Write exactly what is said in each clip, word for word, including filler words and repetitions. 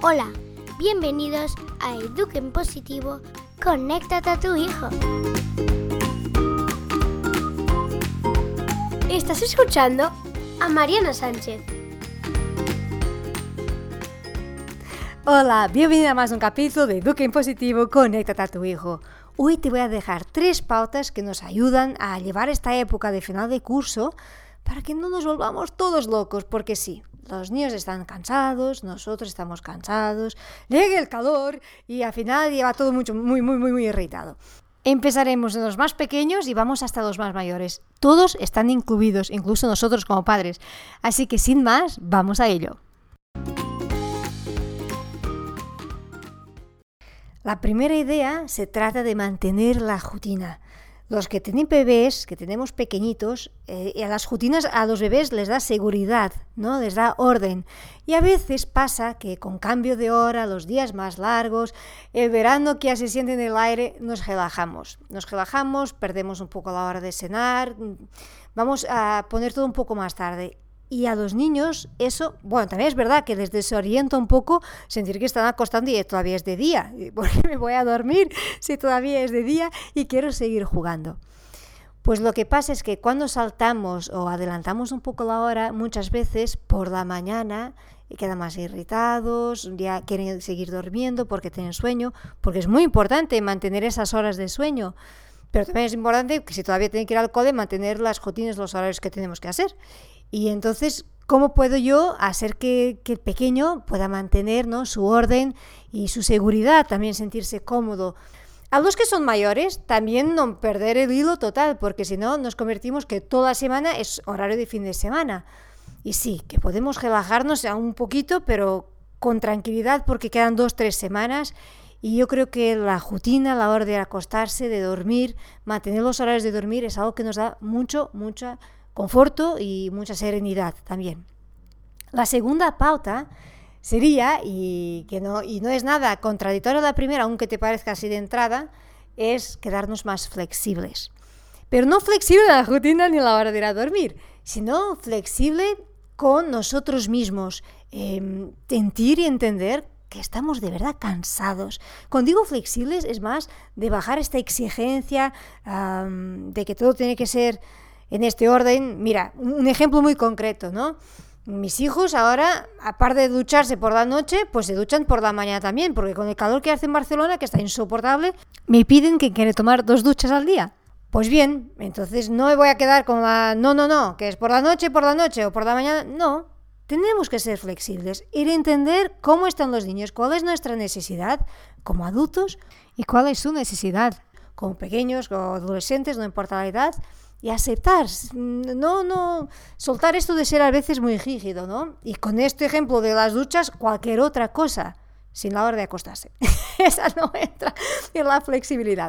Hola, bienvenidos a Educa en Positivo, conéctate a tu hijo. Estás escuchando a Mariana Sánchez. Hola, bienvenida a más un capítulo de Educa en Positivo, conéctate a tu hijo. Hoy te voy a dejar tres pautas que nos ayudan a llevar esta época de final de curso para que no nos volvamos todos locos, porque sí, los niños están cansados, nosotros estamos cansados, llega el calor y al final lleva todo mucho, muy, muy, muy, muy irritado. Empezaremos en los más pequeños y vamos hasta los más mayores. Todos están incluidos, incluso nosotros como padres. Así que sin más, vamos a ello. La primera idea se trata de mantener la rutina. Los que tienen bebés, que tenemos pequeñitos, eh, a las rutinas a los bebés les da seguridad, ¿no? Les da orden. Y a veces pasa que con cambio de hora, los días más largos, el verano que ya se siente en el aire, nos relajamos. Nos relajamos, perdemos un poco la hora de cenar, vamos a poner todo un poco más tarde. Y a los niños eso, bueno, también es verdad que les desorienta un poco sentir que están acostando y todavía es de día. Porque me voy a dormir si todavía es de día y quiero seguir jugando. Pues lo que pasa es que cuando saltamos o adelantamos un poco la hora, muchas veces por la mañana quedan más irritados, ya quieren seguir durmiendo porque tienen sueño, porque es muy importante mantener esas horas de sueño. Pero también es importante que si todavía tienen que ir al cole, mantener las rutinas, los horarios que tenemos que hacer. Y entonces, ¿cómo puedo yo hacer que, que el pequeño pueda mantener, ¿no?, su orden y su seguridad, también sentirse cómodo? A los que son mayores, también no perder el hilo total, porque si no nos convertimos que toda la semana es horario de fin de semana. Y sí, que podemos relajarnos un poquito, pero con tranquilidad, porque quedan dos, tres semanas. Y yo creo que la rutina, la hora de acostarse, de dormir, mantener los horarios de dormir es algo que nos da mucho, mucha conforto y mucha serenidad también. La segunda pauta sería, y que no, y no es nada contradictorio a la primera, aunque te parezca así de entrada, es quedarnos más flexibles. Pero no flexible en la rutina ni a la hora de ir a dormir, sino flexible con nosotros mismos, eh, sentir y entender que estamos de verdad cansados. Cuando digo flexibles es más de bajar esta exigencia um, de que todo tiene que ser en este orden. Mira, un ejemplo muy concreto, ¿no? Mis hijos ahora, aparte de ducharse por la noche, pues se duchan por la mañana también, porque con el calor que hace en Barcelona, que está insoportable, me piden que quiere tomar dos duchas al día. Pues bien, entonces no me voy a quedar con la no, no, no, que es por la noche, por la noche o por la mañana. No, tenemos que ser flexibles, ir a entender cómo están los niños, cuál es nuestra necesidad como adultos y cuál es su necesidad como pequeños o adolescentes, no importa la edad. Y aceptar, no, no, soltar esto de ser a veces muy rígido, ¿no? Y con este ejemplo de las duchas, cualquier otra cosa, sin la hora de acostarse. Esa no entra en la flexibilidad.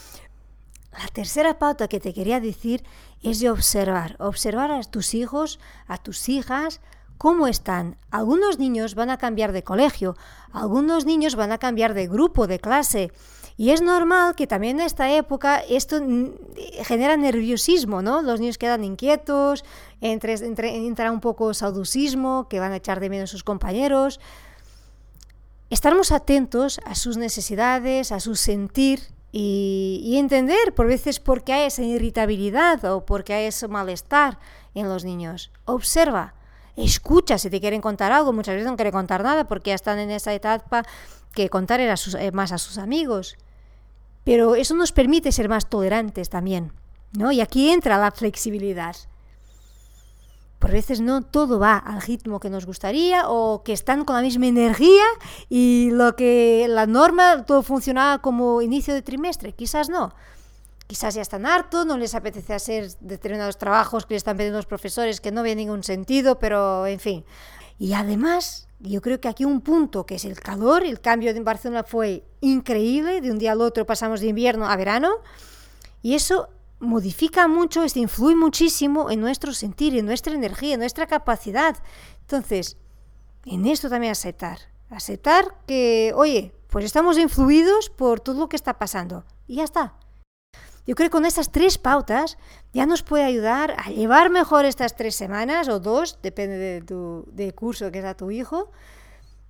La tercera pauta que te quería decir es de observar. Observar a tus hijos, a tus hijas, cómo están. Algunos niños van a cambiar de colegio, algunos niños van a cambiar de grupo, de clase. Y es normal que también en esta época esto genera nerviosismo, ¿no? Los niños quedan inquietos, entre, entre, entra un poco saudosismo, que van a echar de menos a sus compañeros. Estarnos atentos a sus necesidades, a su sentir y, y entender por veces por qué hay esa irritabilidad o por qué hay ese malestar en los niños. Observa, escucha si te quieren contar algo. Muchas veces no quieren contar nada porque ya están en esa etapa que contar era sus, eh, más a sus amigos. Pero eso nos permite ser más tolerantes también, ¿no? Y aquí entra la flexibilidad. Por veces no todo va al ritmo que nos gustaría o que están con la misma energía y lo que la norma todo funcionaba como inicio de trimestre. Quizás no. Quizás ya están hartos, no les apetece hacer determinados trabajos que les están pidiendo los profesores que no ven ningún sentido, pero en fin. Y además, yo creo que aquí un punto que es el calor. El cambio en Barcelona fue increíble, de un día al otro pasamos de invierno a verano y eso modifica mucho, esto influye muchísimo en nuestro sentir, en nuestra energía, en nuestra capacidad. Entonces, en esto también aceptar, aceptar que, oye, pues estamos influidos por todo lo que está pasando y ya está. Yo creo que con estas tres pautas ya nos puede ayudar a llevar mejor estas tres semanas o dos, depende de tu de curso que es a tu hijo,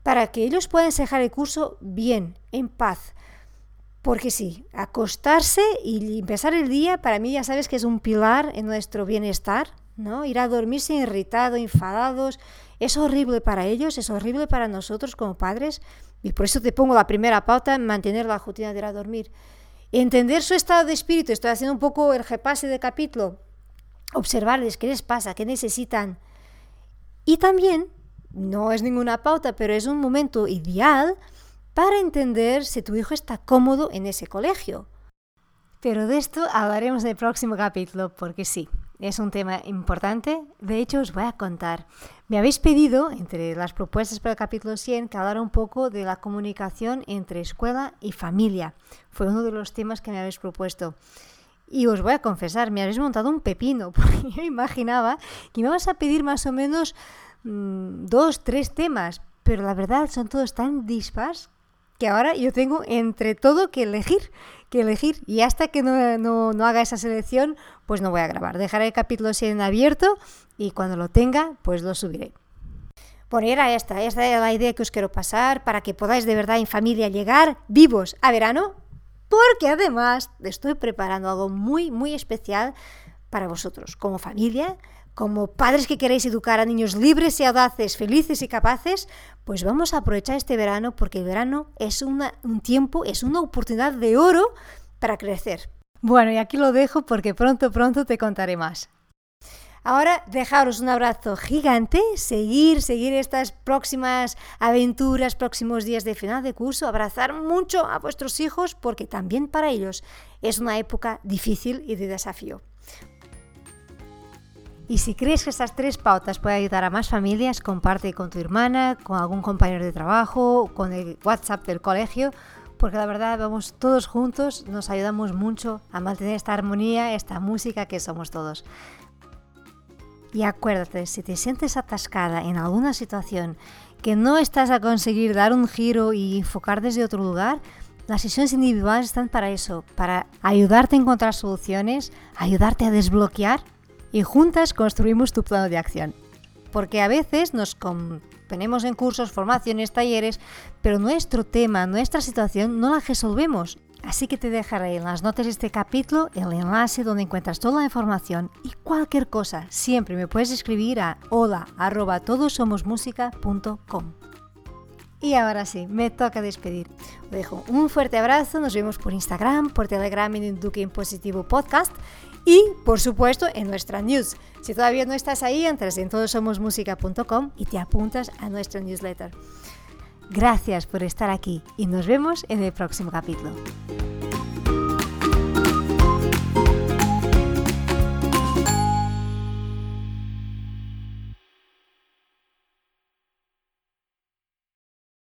para que ellos puedan dejar el curso bien, en paz. Porque sí, acostarse y empezar el día, para mí ya sabes que es un pilar en nuestro bienestar, ¿no? Ir a dormirse irritado, enfadados, es horrible para ellos, es horrible para nosotros como padres, y por eso te pongo la primera pauta, mantener la rutina de ir a dormir. Entender su estado de espíritu, estoy haciendo un poco el repase de capítulo, observarles qué les pasa, qué necesitan. Y también, no es ninguna pauta, pero es un momento ideal para entender si tu hijo está cómodo en ese colegio. Pero de esto hablaremos en el próximo capítulo, porque sí, es un tema importante. De hecho, os voy a contar. Me habéis pedido, entre las propuestas para el capítulo cien, que hablara un poco de la comunicación entre escuela y familia. Fue uno de los temas que me habéis propuesto. Y os voy a confesar, me habéis montado un pepino, porque yo imaginaba que me vas a pedir más o menos mmm, dos, tres temas, pero la verdad son todos tan dispares que ahora yo tengo entre todo que elegir, que elegir, y hasta que no, no, no haga esa selección, pues no voy a grabar. Dejaré el capítulo cien abierto y cuando lo tenga, pues lo subiré. Bueno, y era esta, esta era la idea que os quiero pasar para que podáis de verdad en familia llegar vivos a verano, porque además estoy preparando algo muy, muy especial para vosotros, como familia, como padres que queréis educar a niños libres y audaces, felices y capaces, pues vamos a aprovechar este verano porque el verano es una, un tiempo, es una oportunidad de oro para crecer. Bueno, y aquí lo dejo porque pronto, pronto te contaré más. Ahora, dejaros un abrazo gigante, seguir, seguir estas próximas aventuras, próximos días de final de curso, abrazar mucho a vuestros hijos porque también para ellos es una época difícil y de desafío. Y si crees que estas tres pautas pueden ayudar a más familias, comparte con tu hermana, con algún compañero de trabajo, con el WhatsApp del colegio, porque la verdad vamos todos juntos, nos ayudamos mucho a mantener esta armonía, esta música que somos todos. Y acuérdate, si te sientes atascada en alguna situación que no estás a conseguir dar un giro y enfocar desde otro lugar, las sesiones individuales están para eso, para ayudarte a encontrar soluciones, ayudarte a desbloquear y juntas construimos tu plano de acción. Porque a veces nos ponemos en cursos, formaciones, talleres, pero nuestro tema, nuestra situación no la resolvemos. Así que te dejaré en las notas de este capítulo el enlace donde encuentras toda la información y cualquier cosa. Siempre me puedes escribir a hola arroba todosomosmusica punto com. Y ahora sí, me toca despedir. Os dejo un fuerte abrazo, nos vemos por Instagram, por Telegram en Eduque en Positivo Podcast y, por supuesto, en nuestra news. Si todavía no estás ahí, entras en todosomosmusica punto com y te apuntas a nuestra newsletter. Gracias por estar aquí y nos vemos en el próximo capítulo.